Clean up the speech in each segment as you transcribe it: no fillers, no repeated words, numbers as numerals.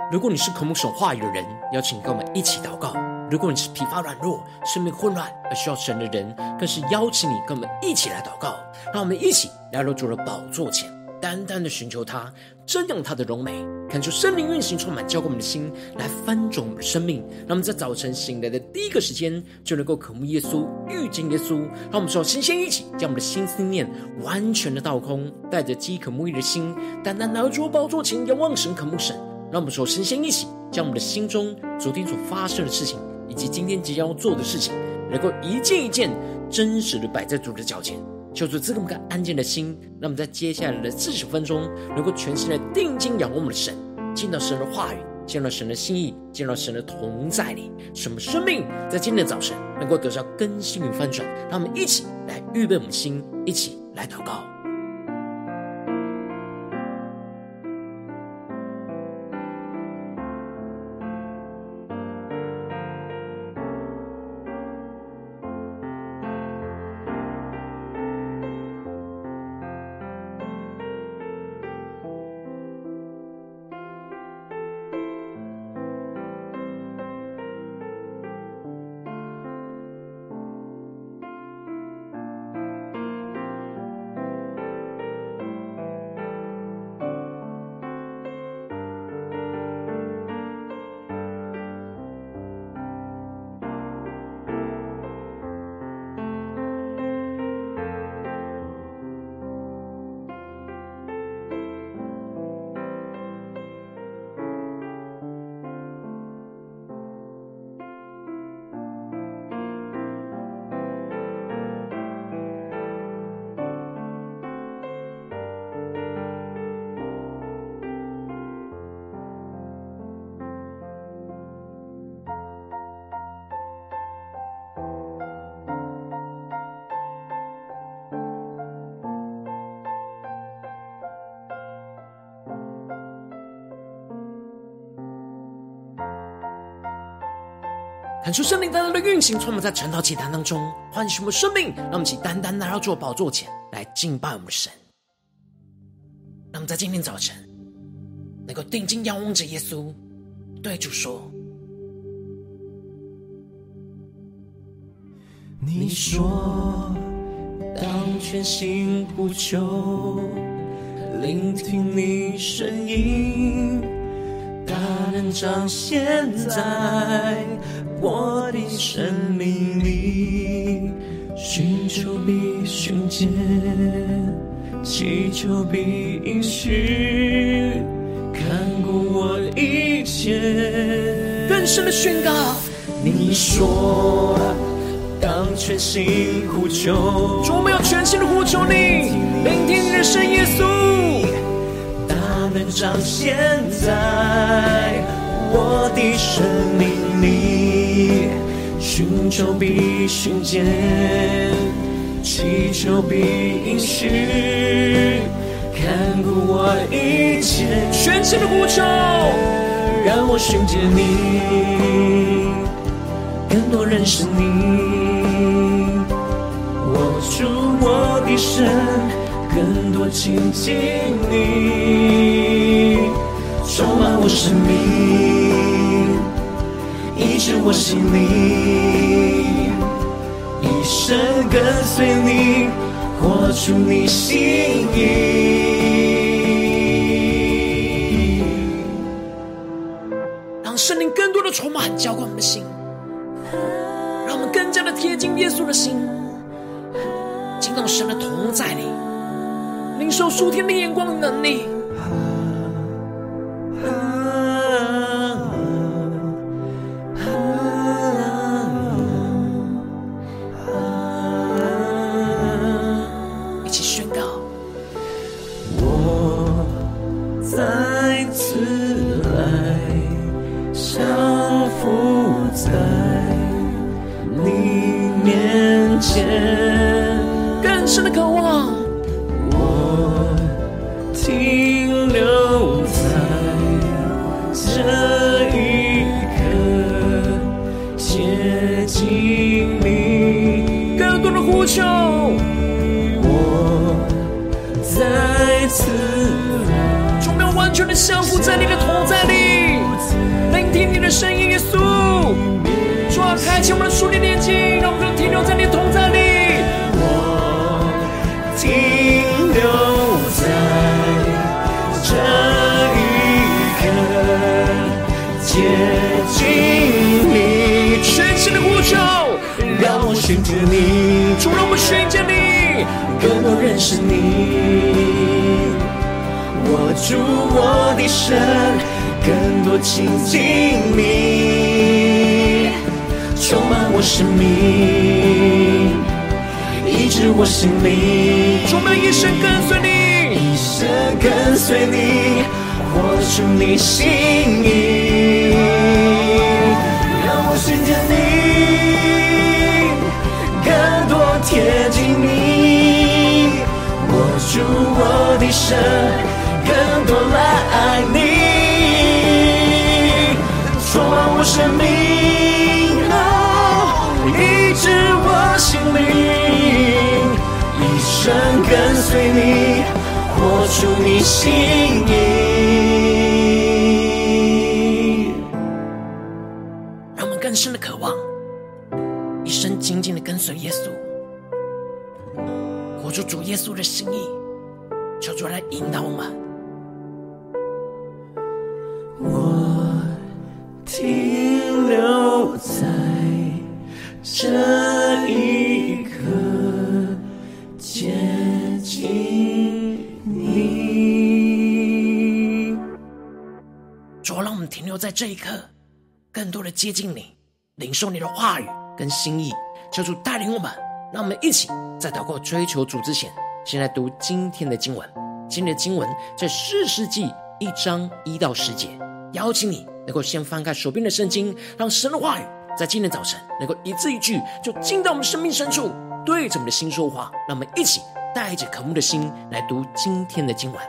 如果你是渴慕神话语的人，邀请跟我们一起祷告；如果你是疲乏软弱、生命混乱而需要神的人，更是邀请你跟我们一起来祷告。让我们一起来到主的宝座前，单单的寻求他，瞻仰他的荣美，看出圣灵运行充满浇灌我们的心，来翻转我们的生命。让我们在早晨醒来的第一个时间，就能够渴慕耶稣，遇见耶稣。让我们说，先一起将我们的心思念完全的倒空，带着饥渴沐浴的心，单单来到主的宝座前，仰望神，渴慕神。让我们说，先一起将我们的心中昨天所发生的事情，以及今天即将要做的事情，能够一件一件真实的摆在主的脚前。求主赐给我们个安静的心，让我们在接下来的40分钟，能够全心的定睛仰望我们的神，见到神的话语，见到神的心意，见到神的同在里，使我们生命在今天的早晨能够得到更新与翻转。让我们一起来预备我们的心，一起来祷告。恳求圣灵单单的运行，充满在晨祷祈坛当中，唤醒我们生命。让我们一起单单来到主的宝座前来敬拜我们的神。让我们在今天早晨能够定睛仰望着耶稣，对主说： 你说当全心呼求，聆听你声音，大能彰显在我的生命里。寻求必寻见，祈求必应许，看顾我一切。 更深的宣告， 你说当全心呼求， 主，我们要全心的呼求你，聆听你的声，耶稣， 大能彰显在我的生命里。寻求必寻见，祈求必应许，看顾我一切。 全心的呼求， 让我寻见你，更多认识你，握住我的神，更多亲近你，充满我生命，医治我心灵，一生跟随你，活出你心意。 让圣灵更多的充满浇灌我们的心，让我们更加的贴近耶稣的心，进到神的同在里，领受属天的眼光与能力。一起宣告， 我再次来降服在你面前， 更深的渴望， 我停留在这一刻，接近你， 更多的呼求， 我再次来主， 们要完全的降服在你的同在里，聆听你的声音，耶稣。主啊，开启我们的属灵眼睛，让我们停留在你的同在里。 我停留在这一刻，接近你， 全心的呼求， 让我寻见你， 主，让我们寻见你， 更多认识你，握住我的手，更多亲近你，充满我生命，医治我心灵， 主，我们一生跟随你， 一生跟随你，活出你心意，让我寻见你，更多贴近你，握住我的手，更多来爱你，充满我生命，医治我心灵，一生跟随你，活出你心意。 让我们更深的渴望，一生紧紧的跟随耶稣，活出主耶稣的心意。求主来引导我们。 我停留在这一刻，接近你。 主啊，让我们停留在这一刻，更多的接近你，领受你的话语跟心意。求主带领我们，让我们一起在祷告追求主之前，先来读今天的经文。今天的经文在士师记1章1到10节。邀请你能够先翻开手边的圣经，让神的话语在今天早晨能够一字一句就进到我们生命深处，对着我们的心说话。让我们一起带着渴慕的心来读今天的经文。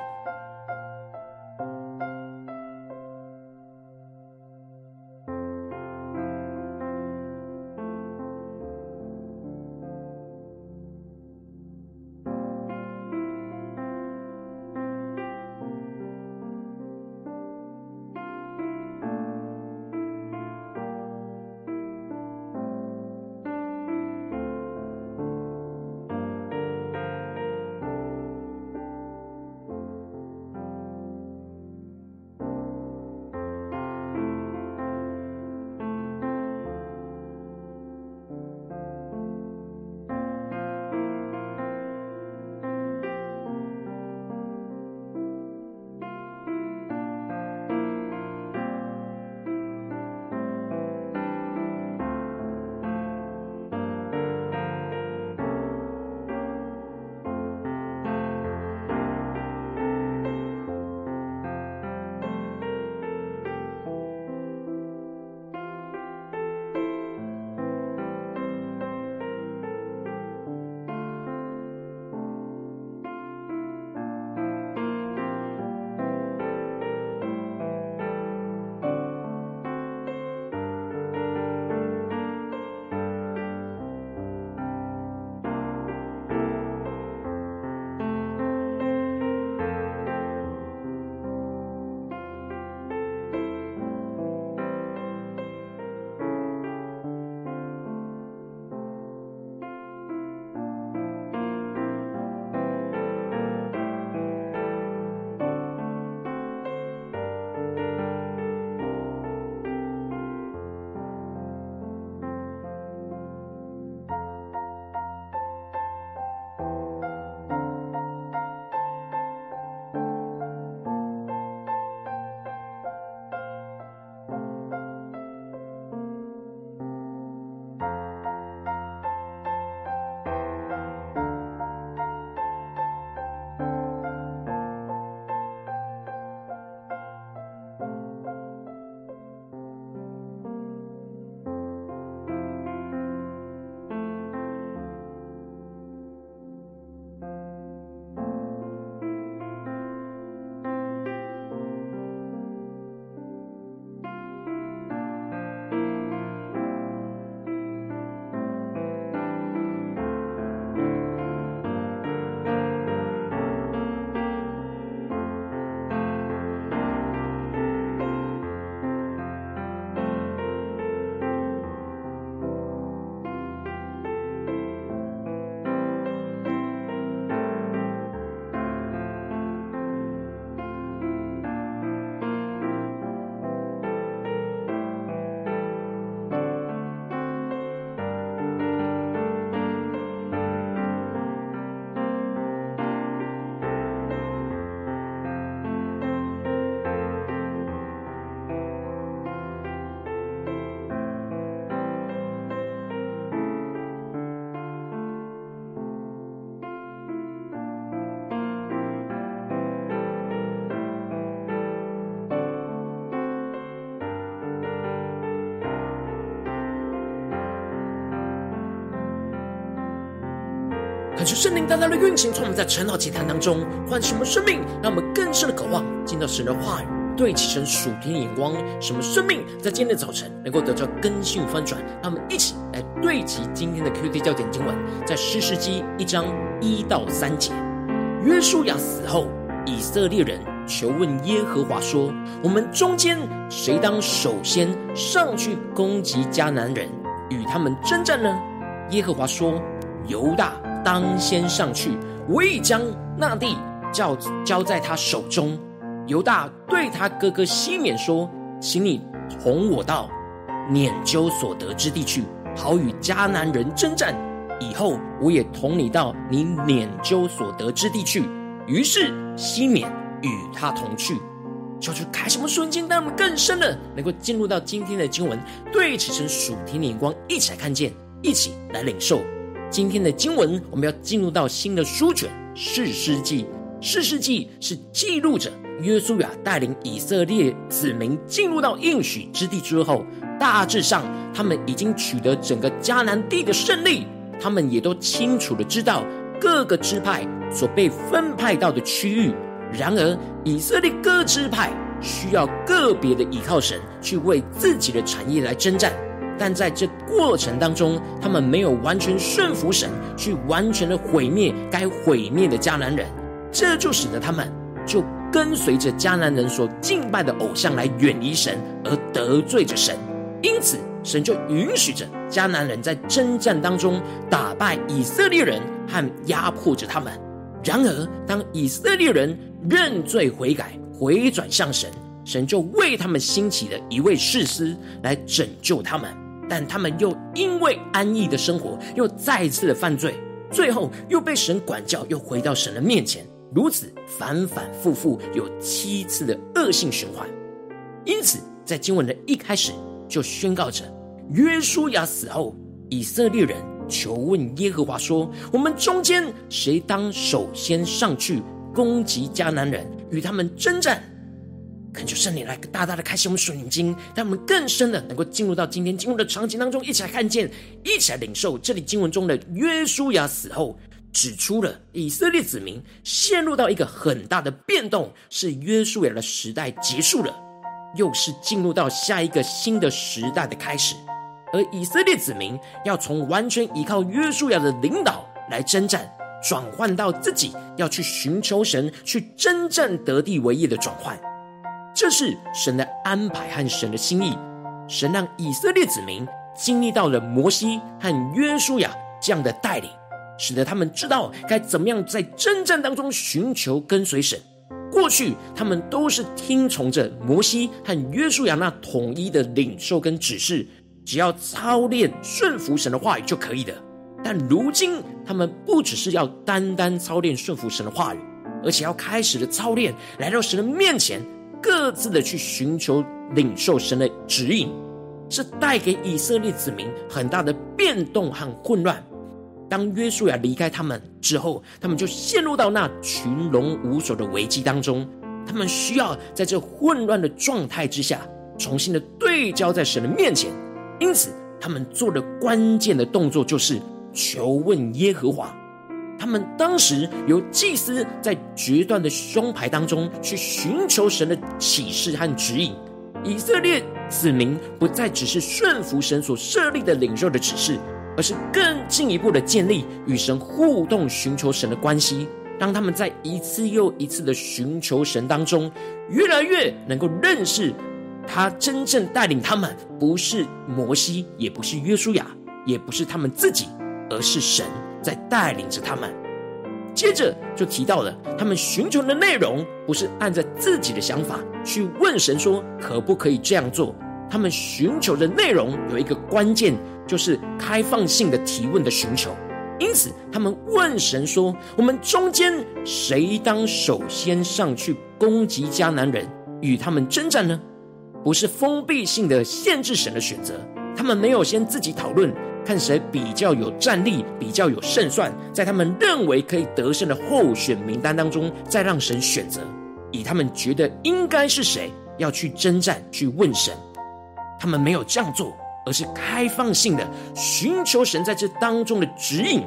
求圣灵大大的运行，从我们在晨祷祈坛当中唤醒我们生命，让我们更深的渴望进到神的话语，对齐神属天的眼光，使我们生命在今天的早晨能够得到更新翻转。让我们一起来对齐今天的 QT 焦点经文，在士师记1章1到3节。约书亚死后，以色列人求问耶和华说：我们中间谁当首先上去攻击迦南人，与他们征战呢？耶和华说：犹大当先上去，我已将那地交在他手中。犹大对他哥哥西缅说：请你同我到拈阄所得之地去，好与迦南人征战。以后我也同你到你拈阄所得之地去。于是西缅与他同去。求主开什么瞬间，让我们更深的能够进入到今天的经文，对齐神属天的眼光，一起来看见，一起来领受。今天的经文，我们要进入到新的书卷士师记。士师记是记录着约书亚带领以色列子民进入到应许之地之后，大致上他们已经取得整个迦南地的胜利，他们也都清楚的知道各个支派所被分派到的区域。然而以色列各支派需要个别的依靠神，去为自己的产业来征战，但在这过程当中，他们没有完全顺服神，去完全的毁灭该毁灭的迦南人，这就使得他们就跟随着迦南人所敬拜的偶像来远离神，而得罪着神。因此神就允许着迦南人在征战当中打败以色列人和压迫着他们。然而当以色列人认罪悔改，回转向神，神就为他们兴起了一位士师来拯救他们。但他们又因为安逸的生活，又再一次的犯罪，最后又被神管教，又回到神的面前，如此反反复复有7次的恶性循环。因此在经文的一开始就宣告着，约书亚死后，以色列人求问耶和华说：我们中间谁当首先上去攻击迦南人，与他们征战？恳求圣灵来大大的开启我们属灵经，让我们更深的能够进入到今天经文的场景当中，一起来看见，一起来领受这里经文中的约书亚死后，指出了以色列子民陷入到一个很大的变动，是约书亚的时代结束了，又是进入到下一个新的时代的开始。而以色列子民要从完全依靠约书亚的领导来征战，转换到自己要去寻求神，去征战得地为业的转换。这是神的安排和神的心意。神让以色列子民经历到了摩西和约书亚这样的带领，使得他们知道该怎么样在征战当中寻求跟随神。过去他们都是听从着摩西和约书亚那统一的领受跟指示，只要操练顺服神的话语就可以的。但如今他们不只是要单单操练顺服神的话语，而且要开始的操练来到神的面前，各自的去寻求领受神的指引。这带给以色列子民很大的变动和混乱。当约书亚离开他们之后，他们就陷入到那群龙无首的危机当中。他们需要在这混乱的状态之下，重新的对焦在神的面前。因此他们做的关键的动作就是求问耶和华。他们当时由祭司在决断的胸牌当中去寻求神的启示和指引。以色列子民不再只是顺服神所设立的领受的指示，而是更进一步的建立与神互动寻求神的关系，让他们在一次又一次的寻求神当中，越来越能够认识他真正带领他们不是摩西，也不是约书亚，也不是他们自己，而是神在带领着他们。接着就提到了他们寻求的内容不是按照自己的想法去问神说可不可以这样做，他们寻求的内容有一个关键，就是开放性的提问的寻求。因此他们问神说，我们中间谁当首先上去攻击迦南人，与他们征战呢？不是封闭性的限制神的选择，他们没有先自己讨论看谁比较有战力，比较有胜算，在他们认为可以得胜的候选名单当中再让神选择，以他们觉得应该是谁要去征战，去问神。他们没有这样做，而是开放性的寻求神在这当中的指引，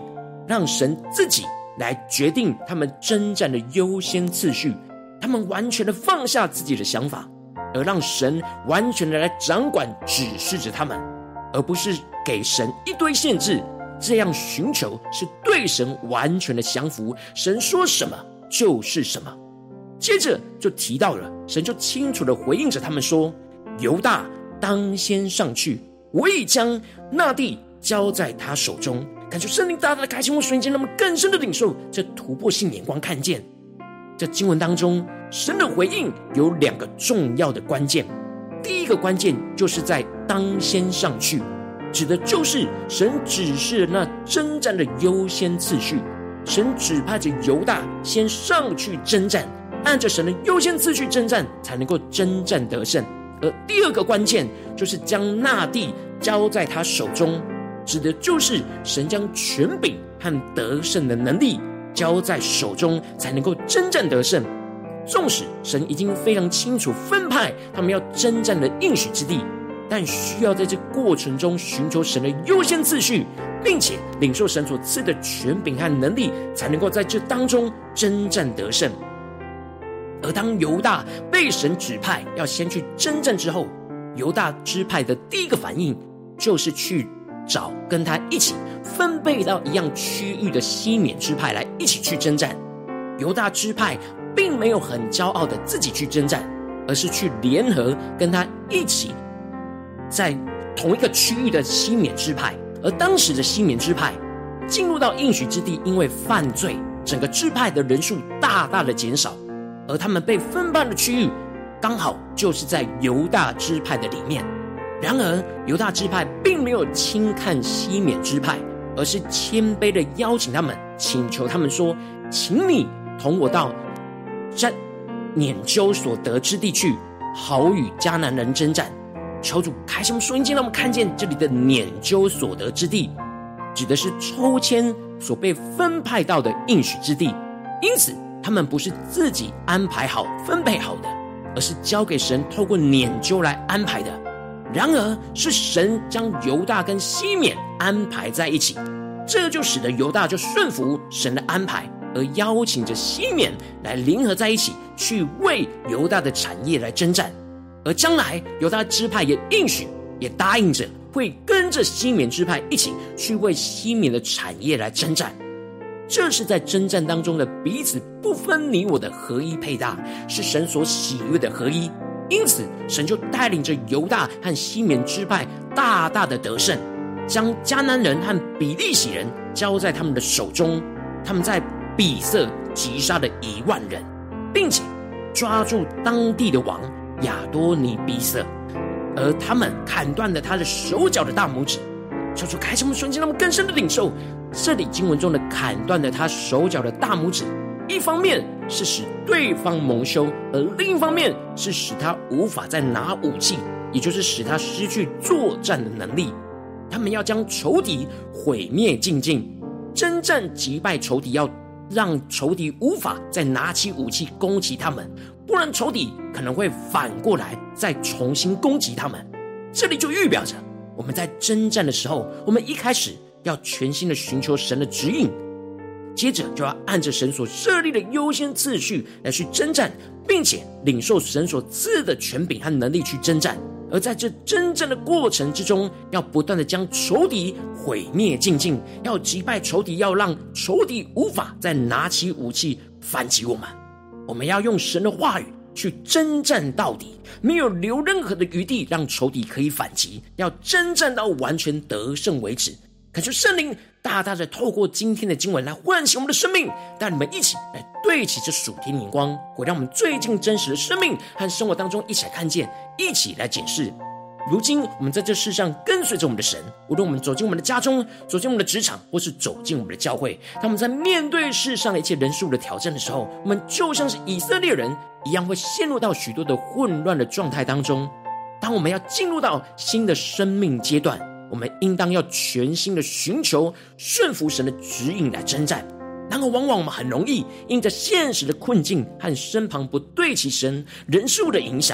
让神自己来决定他们征战的优先次序，他们完全的放下自己的想法，而让神完全的来掌管指示着他们，而不是给神一堆限制。这样寻求是对神完全的降服，神说什么就是什么。接着就提到了，神就清楚的回应着他们说，犹大当先上去，我已将那地交在他手中。感觉圣灵大大的开启我瞬间，让我们更深的领受这突破性眼光，看见这经文当中神的回应有两个重要的关键。第一个关键就是在当先上去，指的就是神指示那征战的优先次序，神指派着犹大先上去征战，按着神的优先次序征战，才能够征战得胜。而第二个关键就是将那地交在他手中，指的就是神将权柄和得胜的能力交在手中，才能够征战得胜。纵使神已经非常清楚分派他们要征战的应许之地，但需要在这过程中寻求神的优先次序，并且领受神所赐的权柄和能力，才能够在这当中征战得胜。而当犹大被神指派要先去征战之后，犹大支派的第一个反应就是去找跟他一起分配到一样区域的西缅支派来一起去征战。犹大支派并没有很骄傲的自己去征战，而是去联合跟他一起在同一个区域的西缅支派。而当时的西缅支派进入到应许之地，因为犯罪，整个支派的人数大大的减少，而他们被分派的区域刚好就是在犹大支派的里面。然而犹大支派并没有轻看西缅支派，而是谦卑的邀请他们，请求他们说，请你同我到撵究所得之地去，好与迦南人征战。求主开启我们属灵眼，让我们看见这里的撵究所得之地指的是抽签所被分派到的应许之地，因此他们不是自己安排好分配好的，而是交给神透过撵究来安排的。然而是神将犹大跟西缅安排在一起，这就使得犹大就顺服神的安排，而邀请着西缅来联合在一起，去为犹大的产业来征战。而将来犹大支派也应许，也答应着会跟着西缅支派一起去为西缅的产业来征战。这是在征战当中的彼此不分你我的合一配搭，是神所喜悦的合一。因此神就带领着犹大和西缅支派大大的得胜，将迦南人和比利洗人交在他们的手中。他们在比色击杀了10000人，并且抓住当地的王亚多尼比色，而他们砍断了他的手脚的大拇指。求主开启我们瞬间，让我们更深的领受这里经文中的砍断了他手脚的大拇指，一方面是使对方蒙羞，而另一方面是使他无法再拿武器，也就是使他失去作战的能力。他们要将仇敌毁灭尽尽，征战击败仇敌，要让仇敌无法再拿起武器攻击他们，不然仇敌可能会反过来再重新攻击他们。这里就预表着我们在征战的时候，我们一开始要全心的寻求神的指引，接着就要按着神所设立的优先次序来去征战，并且领受神所赐的权柄和能力去征战。而在这征战的过程之中，要不断的将仇敌毁灭尽尽，要击败仇敌，要让仇敌无法再拿起武器反击我们。我们要用神的话语去征战到底，没有留任何的余地让仇敌可以反击，要征战到完全得胜为止。恳求圣灵大大的透过今天的经文来唤醒我们的生命，带你们一起来对齐这属天的眼光，回到我们最近真实的生命和生活当中，一起来看见，一起来检视。如今我们在这世上跟随着我们的神，无论我们走进我们的家中，走进我们的职场，或是走进我们的教会，当我们在面对世上一切人数的挑战的时候，我们就像是以色列人一样，会陷入到许多的混乱的状态当中。当我们要进入到新的生命阶段，我们应当要全心的寻求顺服神的指引来征战。然而往往我们很容易因着现实的困境和身旁不对齐神人事物的影响，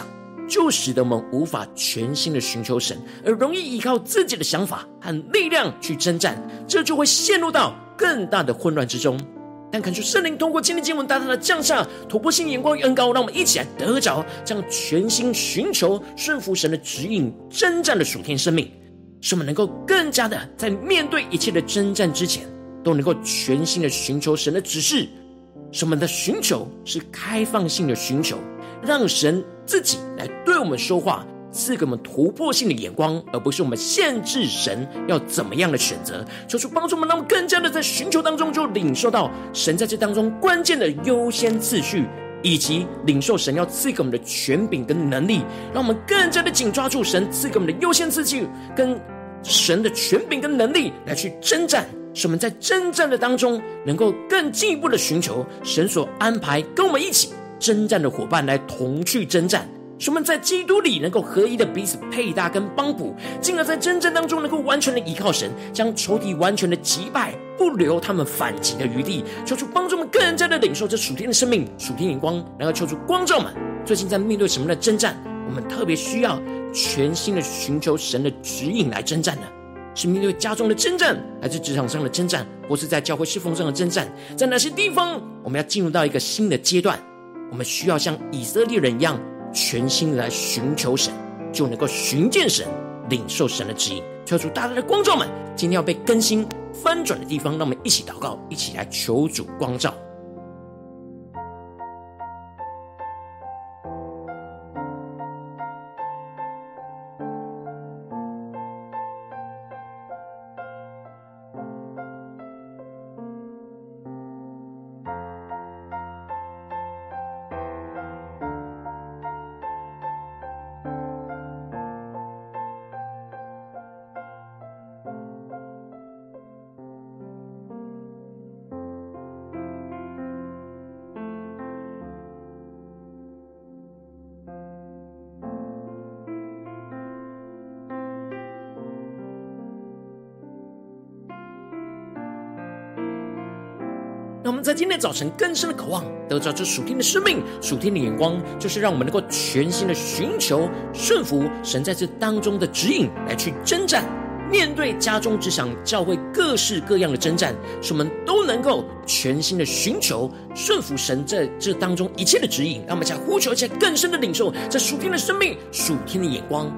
就使得我们无法全心的寻求神，而容易依靠自己的想法和力量去征战，这就会陷入到更大的混乱之中。但恳求圣灵通过今天经文大大的降下突破性眼光与恩膏，让我们一起来得着这样全心寻求顺服神的指引征战的属天生命，使我们能够更加的在面对一切的征战之前，都能够全心的寻求神的指示。使我们的寻求是开放性的寻求，让神自己来对我们说话，赐给我们突破性的眼光，而不是我们限制神要怎么样的选择。求主帮助我们，让我们更加的在寻求当中就领受到神在这当中关键的优先次序，以及领受神要赐给我们的权柄跟能力，让我们更加的紧抓住神赐给我们的优先次序跟神的权柄跟能力来去征战，使我们在征战的当中能够更进一步的寻求神所安排跟我们一起征战的伙伴来同去征战，使我们在基督里能够合一的彼此配搭跟帮补，进而在征战当中能够完全的依靠神，将仇敌完全的击败，不留他们反击的余地。求主帮助我们更加的领受这属天的生命属天眼光，然后求主光照们最近在面对什么样的征战，我们特别需要全心的寻求神的指引来征战呢？是面对家中的征战，还是职场上的征战，或是在教会侍奉上的征战？在哪些地方我们要进入到一个新的阶段，我们需要像以色列人一样全心来寻求神，就能够寻见神，领受神的指引。求主大大的光照们今天要被更新翻转的地方，让我们一起祷告，一起来求主光照。让我们在今天早晨更深的渴望得着这属天的生命属天的眼光，就是让我们能够全心的寻求顺服神在这当中的指引，来去征战，面对家中职场教会各式各样的征战，使我们都能够全心的寻求顺服神在这当中一切的指引。让我们再呼求一些更深的领受这属天的生命属天的眼光。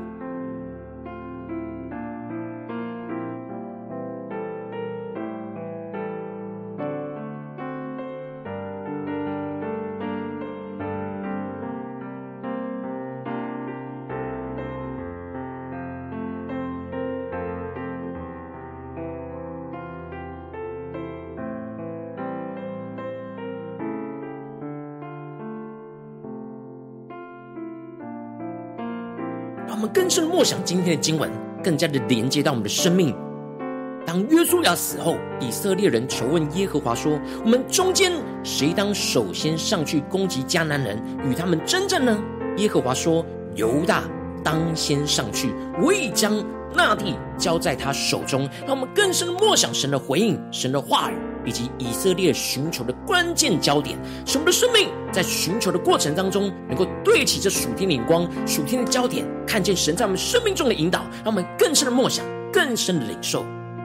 让我们更深默想今天的经文，更加的连接到我们的生命。当约书亚死后，以色列人求问耶和华说，我们中间谁当首先上去攻击迦南人，与他们征战呢？耶和华说，犹大当先上去，我已将那地交在他手中。让我们更深默想神的回应，神的话语，以及以色列寻求的关键焦点，使我们的生命在寻求的过程当中能够对齐这属天的眼光，属天的焦点，看见神在我们生命中的引导，让我们更深的默想，更深的领受。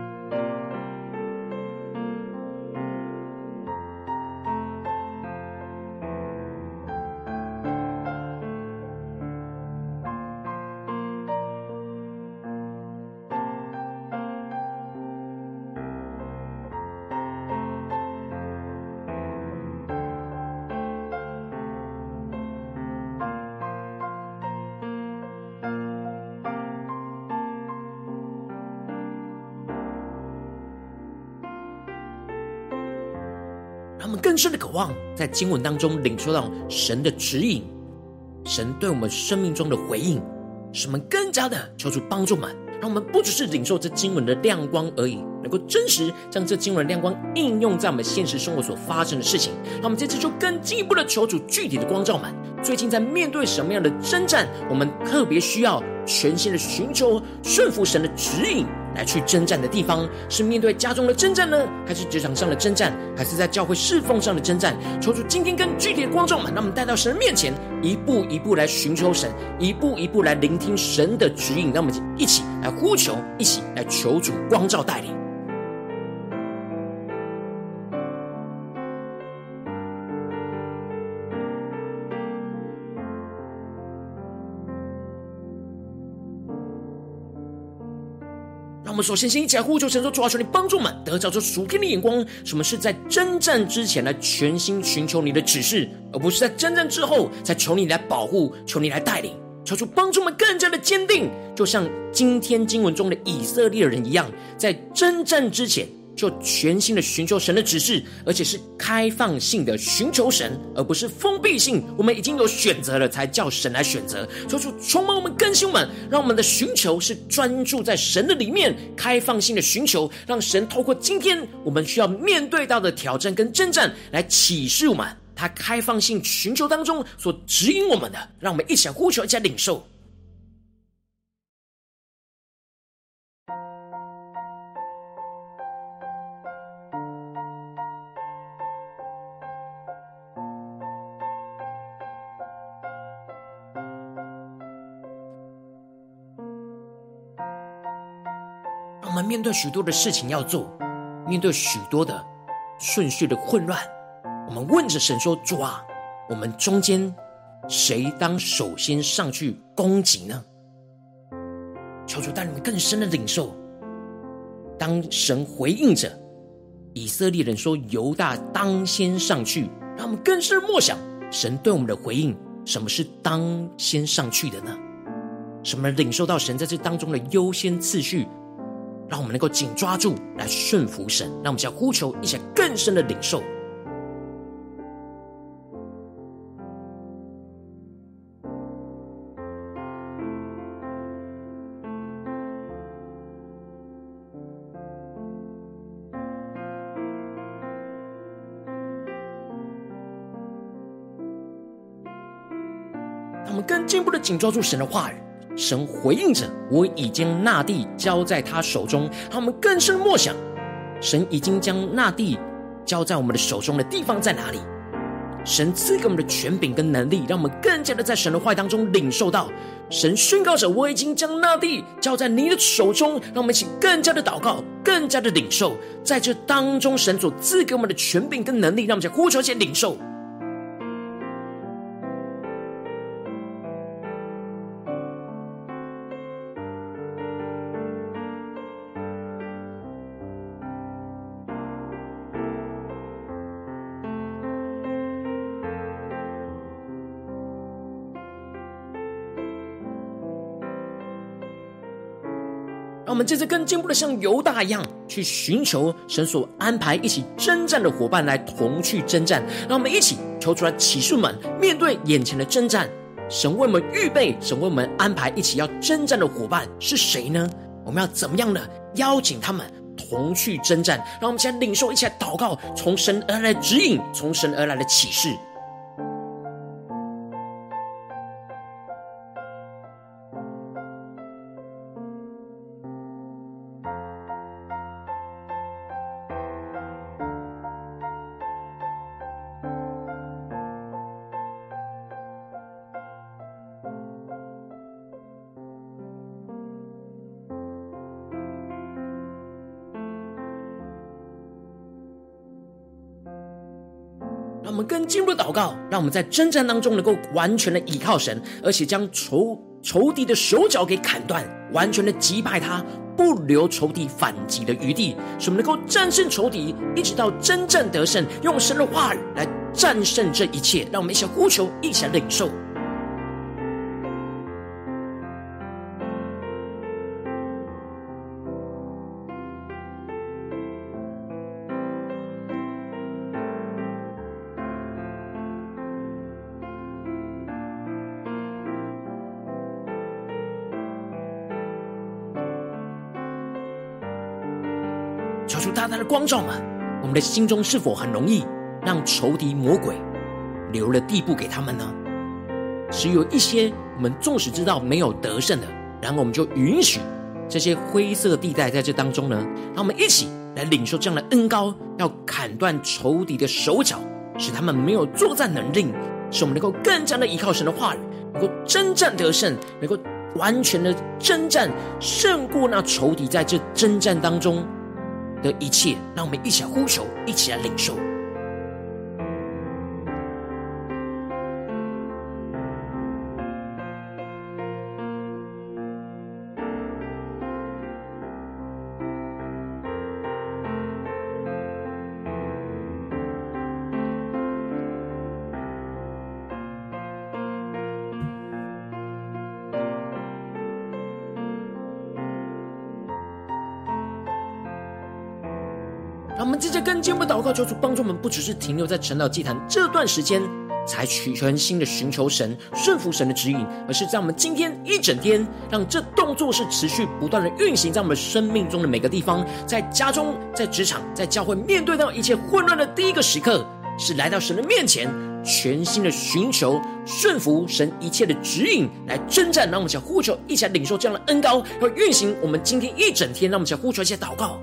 让我们更深的渴望在经文当中领受到神的指引，神对我们生命中的回应，使我们更加的求主帮助们，让我们不只是领受这经文的亮光而已，能够真实将这经文的亮光应用在我们现实生活所发生的事情。让我们这次就更进一步的求主具体的光照们，最近在面对什么样的征战，我们特别需要全心的寻求顺服神的指引， 来去征战的地方，是面对家中的征战呢，还是职场上的征战，还是在教会侍奉上的征战？求主今天跟具体的光照们，让我们带到神的面前，一步一步来寻求神，一步一步来聆听神的指引，让我们一起来呼求，一起来求主光照带领。我们首先一起来呼求神说，主啊，求你帮助我们得着这属天的眼光，什么是在征战之前来全心寻求你的指示，而不是在征战之后才求你来保护，求你来带领。求主帮助我们更加的坚定，就像今天经文中的以色列人一样，在征战之前就全心的寻求神的指示，而且是开放性的寻求神，而不是封闭性。我们已经有选择了，才叫神来选择。求主充满我们，更新我们，让我们的寻求是专注在神的里面，开放性的寻求，让神透过今天我们需要面对到的挑战跟征战，来启示我们他开放性寻求当中所指引我们的。让我们一起来呼求，一起来领受。我们面对许多的事情要做，面对许多的顺序的混乱，我们问着神说，主啊，我们中间谁当首先上去攻击呢？求主带你们更深的领受，当神回应着以色列人说犹大当先上去，让我们更深默想神对我们的回应，什么是当先上去的呢？什么领受到神在这当中的优先次序，让我们能够紧抓住来顺服神。让我们一起来呼求，一起来更深的领受。让我们更进一步的紧抓住神的话语。神回应着，我已经那地交在他手中。让我们更深默想，神已经将那地交在我们的手中的地方在哪里？神赐给我们的权柄跟能力，让我们更加的在神的话语当中领受到神宣告着，我已经将那地交在你的手中。让我们一起更加的祷告，更加的领受，在这当中神所赐给我们的权柄跟能力，让我们一起呼求，一起领受。让我们接着更进一步的像犹大一样，去寻求神所安排一起征战的伙伴来同去征战。让我们一起求出来启示们，面对眼前的征战，神为我们预备，神为我们安排一起要征战的伙伴是谁呢？我们要怎么样呢？邀请他们同去征战。让我们一起来领受，一起来祷告，从神而来的指引，从神而来的启示。让我们更进一步的祷告，让我们在征战当中能够完全的依靠神，而且将仇敌的手脚给砍断，完全的击败他，不留仇敌反击的余地，使我们能够战胜仇敌，一直到真正得胜，用神的话语来战胜这一切。让我们一起呼求，一起领受。求主大大的光照们，我们的心中是否很容易让仇敌魔鬼留了地步给他们呢？只有一些我们纵使知道没有得胜的，然后我们就允许这些灰色地带在这当中呢，让我们一起来领受这样的恩膏，要砍断仇敌的手脚，使他们没有作战能力，使我们能够更加的依靠神的话语，能够征战得胜，能够完全的征战，胜过那仇敌在这征战当中的一切。让我们一起来呼求，一起来领受。让我们接着更进一步祷告，求主帮助我们，不只是停留在晨祷祭坛这段时间才全心的寻求神，顺服神的指引，而是在我们今天一整天，让这动作是持续不断的运行在我们生命中的每个地方，在家中，在职场，在教会，面对到一切混乱的第一个时刻，是来到神的面前，全心的寻求顺服神一切的指引来征战。让我们一起呼求，一起来领受这样的恩膏，要运行我们今天一整天。让我们一起呼求，一起祷告。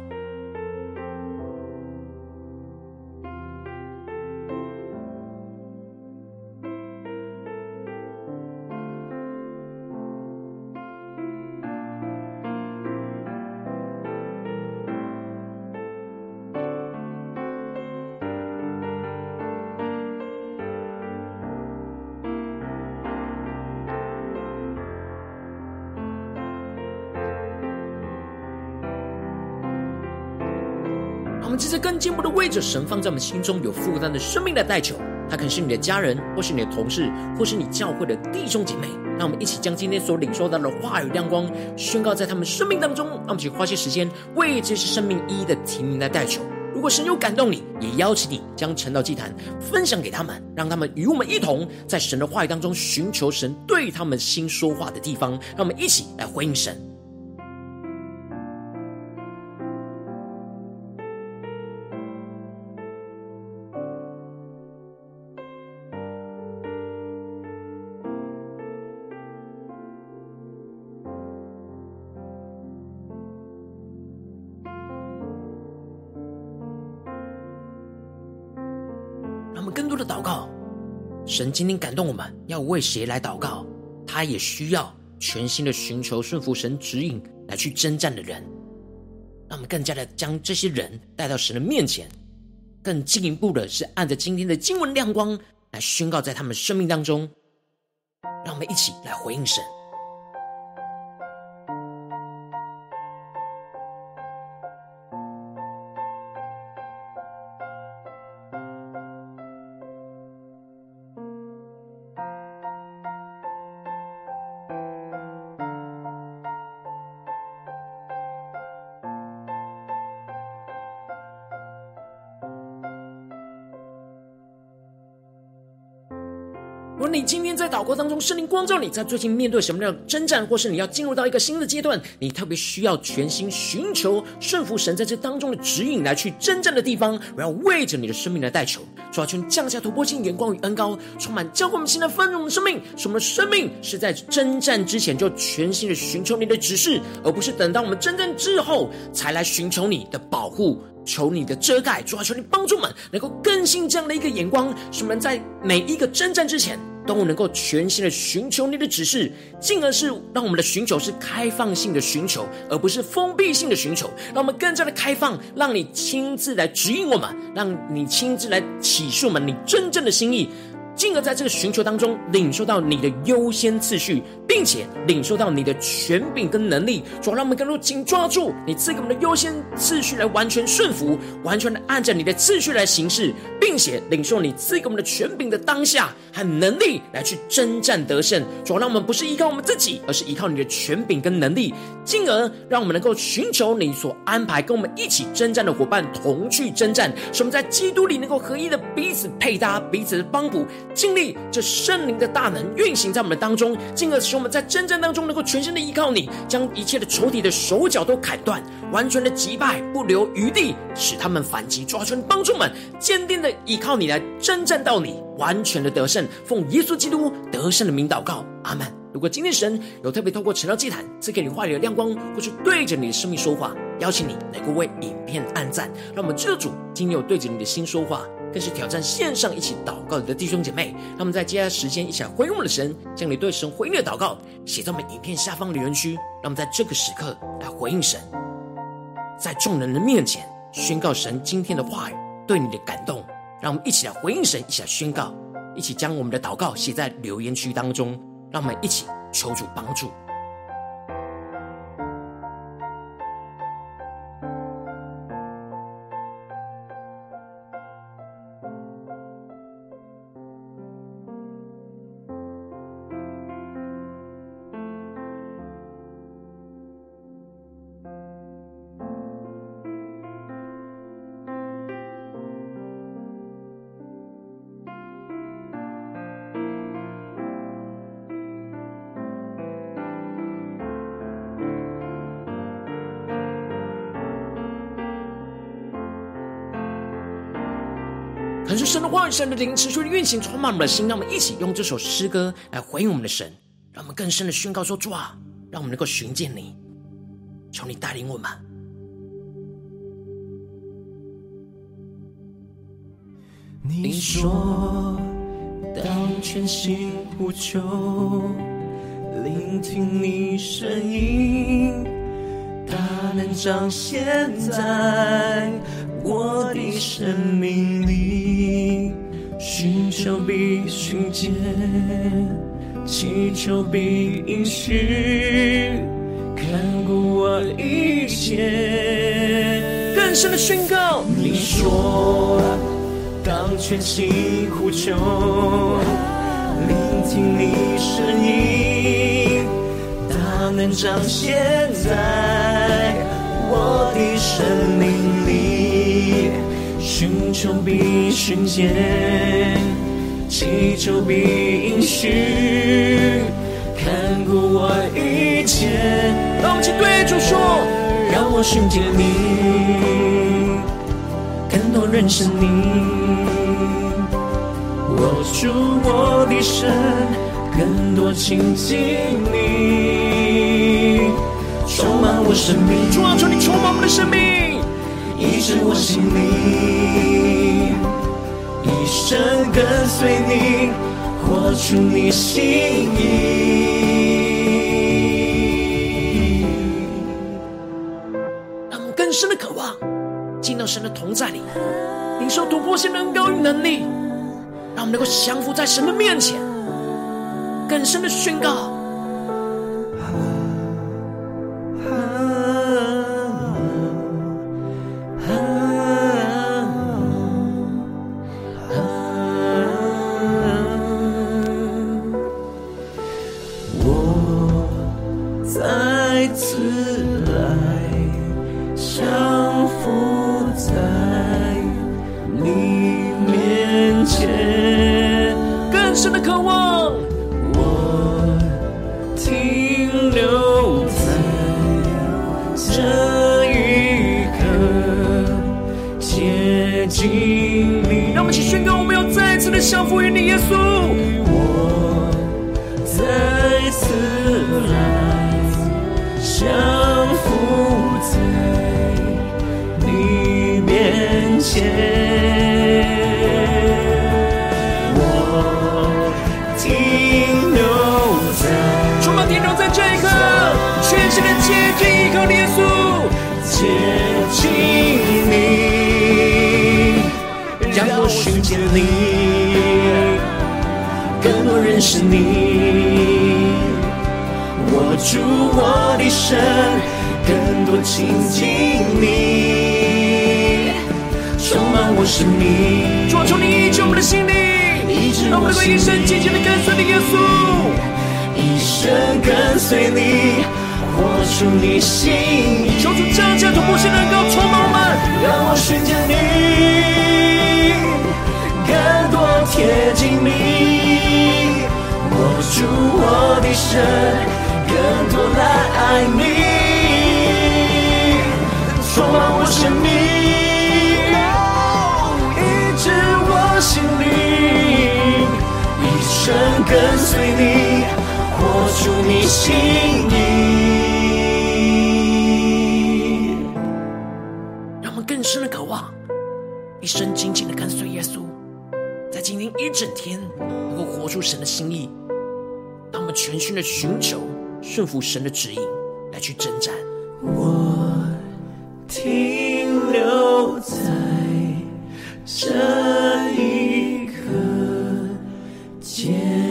我们接着更进一步的为着神放在我们心中有负担的生命来代求，他可能是你的家人，或是你的同事，或是你教会的弟兄姐妹。让我们一起将今天所领受到的话语亮光宣告在他们生命当中。让我们一起花些时间为这些生命一一的提名来代求。如果神有感动你，也邀请你将晨祷祭坛分享给他们，让他们与我们一同在神的话语当中寻求神对他们心说话的地方。让我们一起来回应神。让我们更多的祷告，神今天感动我们要为谁来祷告，他也需要全心的寻求顺服神指引来去征战的人。让我们更加的将这些人带到神的面前，更进一步的是按着今天的经文亮光来宣告在他们生命当中。让我们一起来回应神。如果你今天在祷告当中，圣灵光照你，在最近面对什么样的征战，或是你要进入到一个新的阶段，你特别需要全心寻求顺服神在这当中的指引来去征战的地方，我要为着你的生命来代求。主啊，求你降下突破性眼光与恩膏，充满浇灌我们现在丰盛的生命，使我们的生命是在征战之前就全心的寻求你的指示，而不是等到我们征战之后才来寻求你的保护，求你的遮盖。主啊，求你帮助我们能够更新这样的一个眼光，使我们在每一个征战之前都能够全心的寻求你的指示，进而是让我们的寻求是开放性的寻求，而不是封闭性的寻求。让我们更加的开放，让你亲自来指引我们，让你亲自来启示我们你真正的心意，进而在这个寻求当中领受到你的优先次序，并且领受到你的权柄跟能力。主，让我们更多紧抓住你赐给我们的优先次序，来完全顺服，完全的按照你的次序来行事，并且领受你赐给我们的权柄的当下和能力来去征战得胜。主，让我们不是依靠我们自己，而是依靠你的权柄跟能力，进而让我们能够寻求你所安排跟我们一起征战的伙伴同去征战，使我们在基督里能够合一的彼此配搭，彼此的帮补，经历这圣灵的大能运行在我们当中，进而使我们在征战当中能够全心的依靠你，将一切的仇敌的手脚都砍断，完全的击败，不留余地，使他们反击。主啊，求你帮助我们坚定的依靠你来征战到你，完全的得胜。奉耶稣基督得胜的名祷告，阿们。 如果今天神有特别透过晨祷祭坛赐给你话语的亮光，或是对着你的生命说话，邀请你能够为影片按赞，让我们知道主今天有对着你的心说话，更是挑战线上一起祷告的弟兄姐妹。让我们在接下来时间一起来回应我们的神，将你对神回应的祷告写在我们影片下方留言区。让我们在这个时刻来回应神，在众人的面前宣告神今天的话语对你的感动。让我们一起来回应神，一起来宣告，一起将我们的祷告写在留言区当中。让我们一起求主帮助。恳求神的话语、神的灵持续的运行，充满我们的心。让我们一起用这首诗歌来回应我们的神，让我们更深的宣告说：主啊，让我们能够寻见你，求你带领我们。 你说当全心呼求，聆听你声音，它能彰显在我的生命里。寻求必寻见，祈求必应许，看顾我一切。 更深的宣告， 你说当全心呼求，聆听你声音，它能彰显在我的生命里。寻求必寻见，祈求必应许，看顾我一切。 让我们一起对主说： 让我寻见你，更多认识你，握住我的神，更多亲近你，充满我生命。 主啊，求你充满我们的生命， 医治我心灵，一生跟随你，活出你心意。 让我们更深的渴望进到神的同在里，领受突破性的恩膏与能力，让我们能够降服在神的面前，更深的宣告。让我们一起宣告，我们要再次的降服于你，耶稣。 我再次来降服在你面前，我停留在， 充满停留在这一刻，全心的接近依靠耶稣， 接近你。让我寻见你，更多认识你，握住我的神，更多亲近你，充满我生命。 主啊，求你医治我们的心灵，让我们能够一生紧紧的跟随你，耶稣， 一生跟随你，活出你心意。 求主降下突破性的恩膏充满我们， 让我寻见你，更多贴近你，握住我的神，更多来爱你，充满我生命，医治我心灵，一生跟随你，活出你心意。 让我们更深的渴望，一生紧紧的跟随耶稣，在今天一整天能够活出神的心意，让我们全心的寻求顺服神的指引，来去征战。 我停留在这一刻，接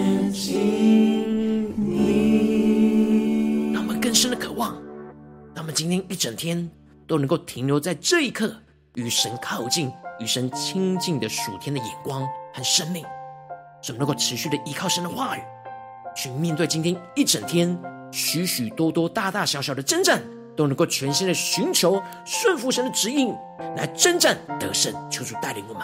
近你。 让我们更深的渴望，让我们今天一整天都能够停留在这一刻，与神靠近，与神亲近的属天的眼光和生命，使我们能够持续的依靠神的话语，去面对今天一整天许许多多大大小小的征战，都能够全心的寻求顺服神的指引，来征战得胜。求主带领我们。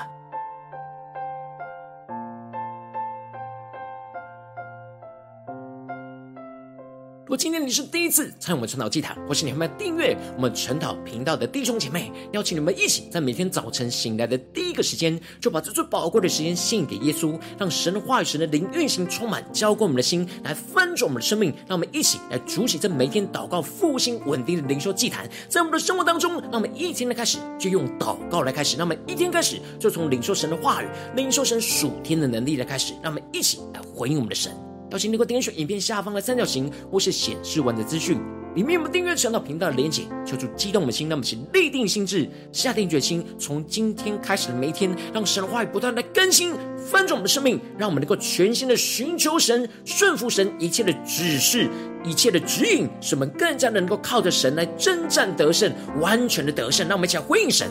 如果今天你是第一次参与我们晨祷祭坛，或是你还没有订阅我们晨祷频道的弟兄姐妹，邀请你们一起在每天早晨醒来的第一个时间，就把这最宝贵的时间献给耶稣，让神的话语、神的灵运行充满，浇灌我们的心，来翻转我们的生命。让我们一起来筑起这每天祷告复兴稳定的灵修祭坛，在我们的生活当中，让我们一天的开始就用祷告来开始，让我们一天开始就从领受神的话语、领受神属天的能力来开始，让我们一起来回应我们的神。邀请你能够点选影片下方的三角形，或是显示完的资讯，里面有没有订阅晨祷频道的连结？求主激动我们的心，让我们一起立定心志，下定决心，从今天开始的每一天，让神的话语不断的更新翻转我们的生命，让我们能够全心的寻求神，顺服神一切的指示，一切的指引，使我们更加的能够靠着神来征战得胜，完全的得胜。让我们一起来回应神。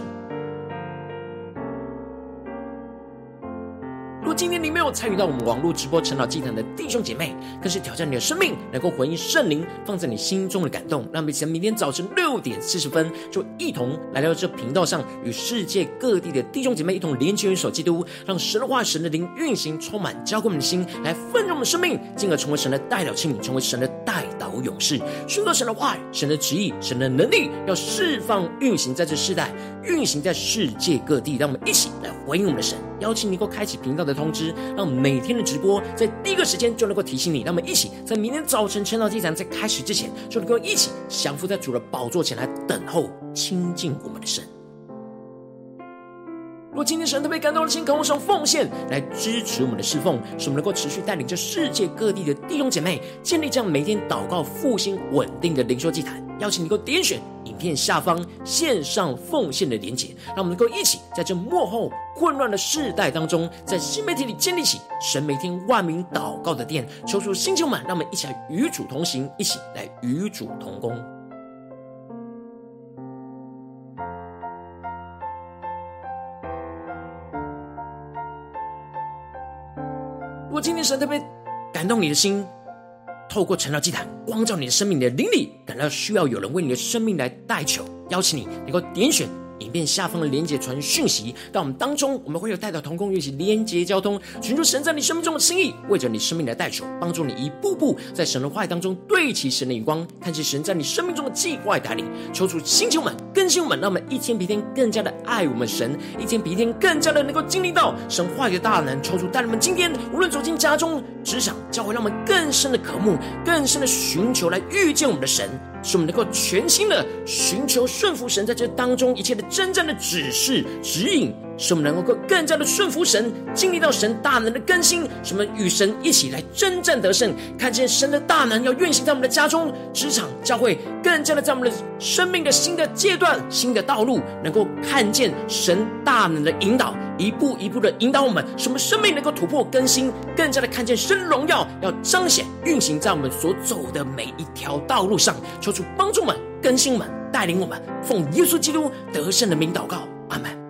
如果今天你没有参与到我们网络直播晨祷祭坛的弟兄姐妹，更是挑战你的生命，能够回应圣灵放在你心中的感动。让我们在明天早晨6点40分，就一同来到这频道上，与世界各地的弟兄姐妹一同连接元首基督，让神的话、神的灵运行充满，浇灌我们的心，来丰盛我们的生命，进而成为神的代表器皿，成为神的代祷勇士，宣告神的话语、神的旨意、神的能力，要释放运行在这世代，运行在世界各地。让我们一起来回应我们的神。邀请你能够开启频道的通知，让每天的直播在第一个时间就能够提醒你。让我们一起在明天早晨晨祷祭坛在开始之前，就能够一起降服在主的宝座前来等候亲近我们的神。如果今天神特别感动的心，渴望上奉献来支持我们的侍奉，使我们能够持续带领着世界各地的弟兄姐妹建立这样每天祷告复兴稳定的灵修祭坛。邀请你能够点选影片下方线上奉献的连结，让我们能够一起在这末后混乱的世代当中，在新媒体里建立起神每天万名祷告的殿，求主星球们，让我们一起来与主同行，一起来与主同工。如果今天神特别感动你的心，透过晨祷祭坛光照你的生命，你的灵里感到需要有人为你的生命来代求，邀请你能够点选影片下方的连结传讯息到我们当中，我们会有代祷同工一起连结交通，寻求神在你生命中的心意，为着你生命来代求，帮助你一步步在神的话语当中对齐神的眼光，看见神在你生命中的计划带领。求主星球们更新我们，让我们一天比一天更加的爱我们神，一天比一天更加的能够经历到神话语的大能。求主带领我们今天无论走进家中、职场、教会，让我们更深的渴慕，更深的寻求来遇见我们的神，使我们能够全心的寻求顺服神在这当中一切的真正的指示指引，使我们能够更加的顺服神，经历到神大能的更新，使我们与神一起来征战得胜，看见神的大能要运行在我们的家中、职场、教会，更加的在我们的生命的新的阶段、新的道路，能够看见神大能的引导，一步一步的引导我们，使我们生命能够突破更新，更加的看见神荣耀要彰显运行在我们所走的每一条道路上。求主帮助我们、更新我们、带领我们，奉耶稣基督得胜的名祷告，阿们。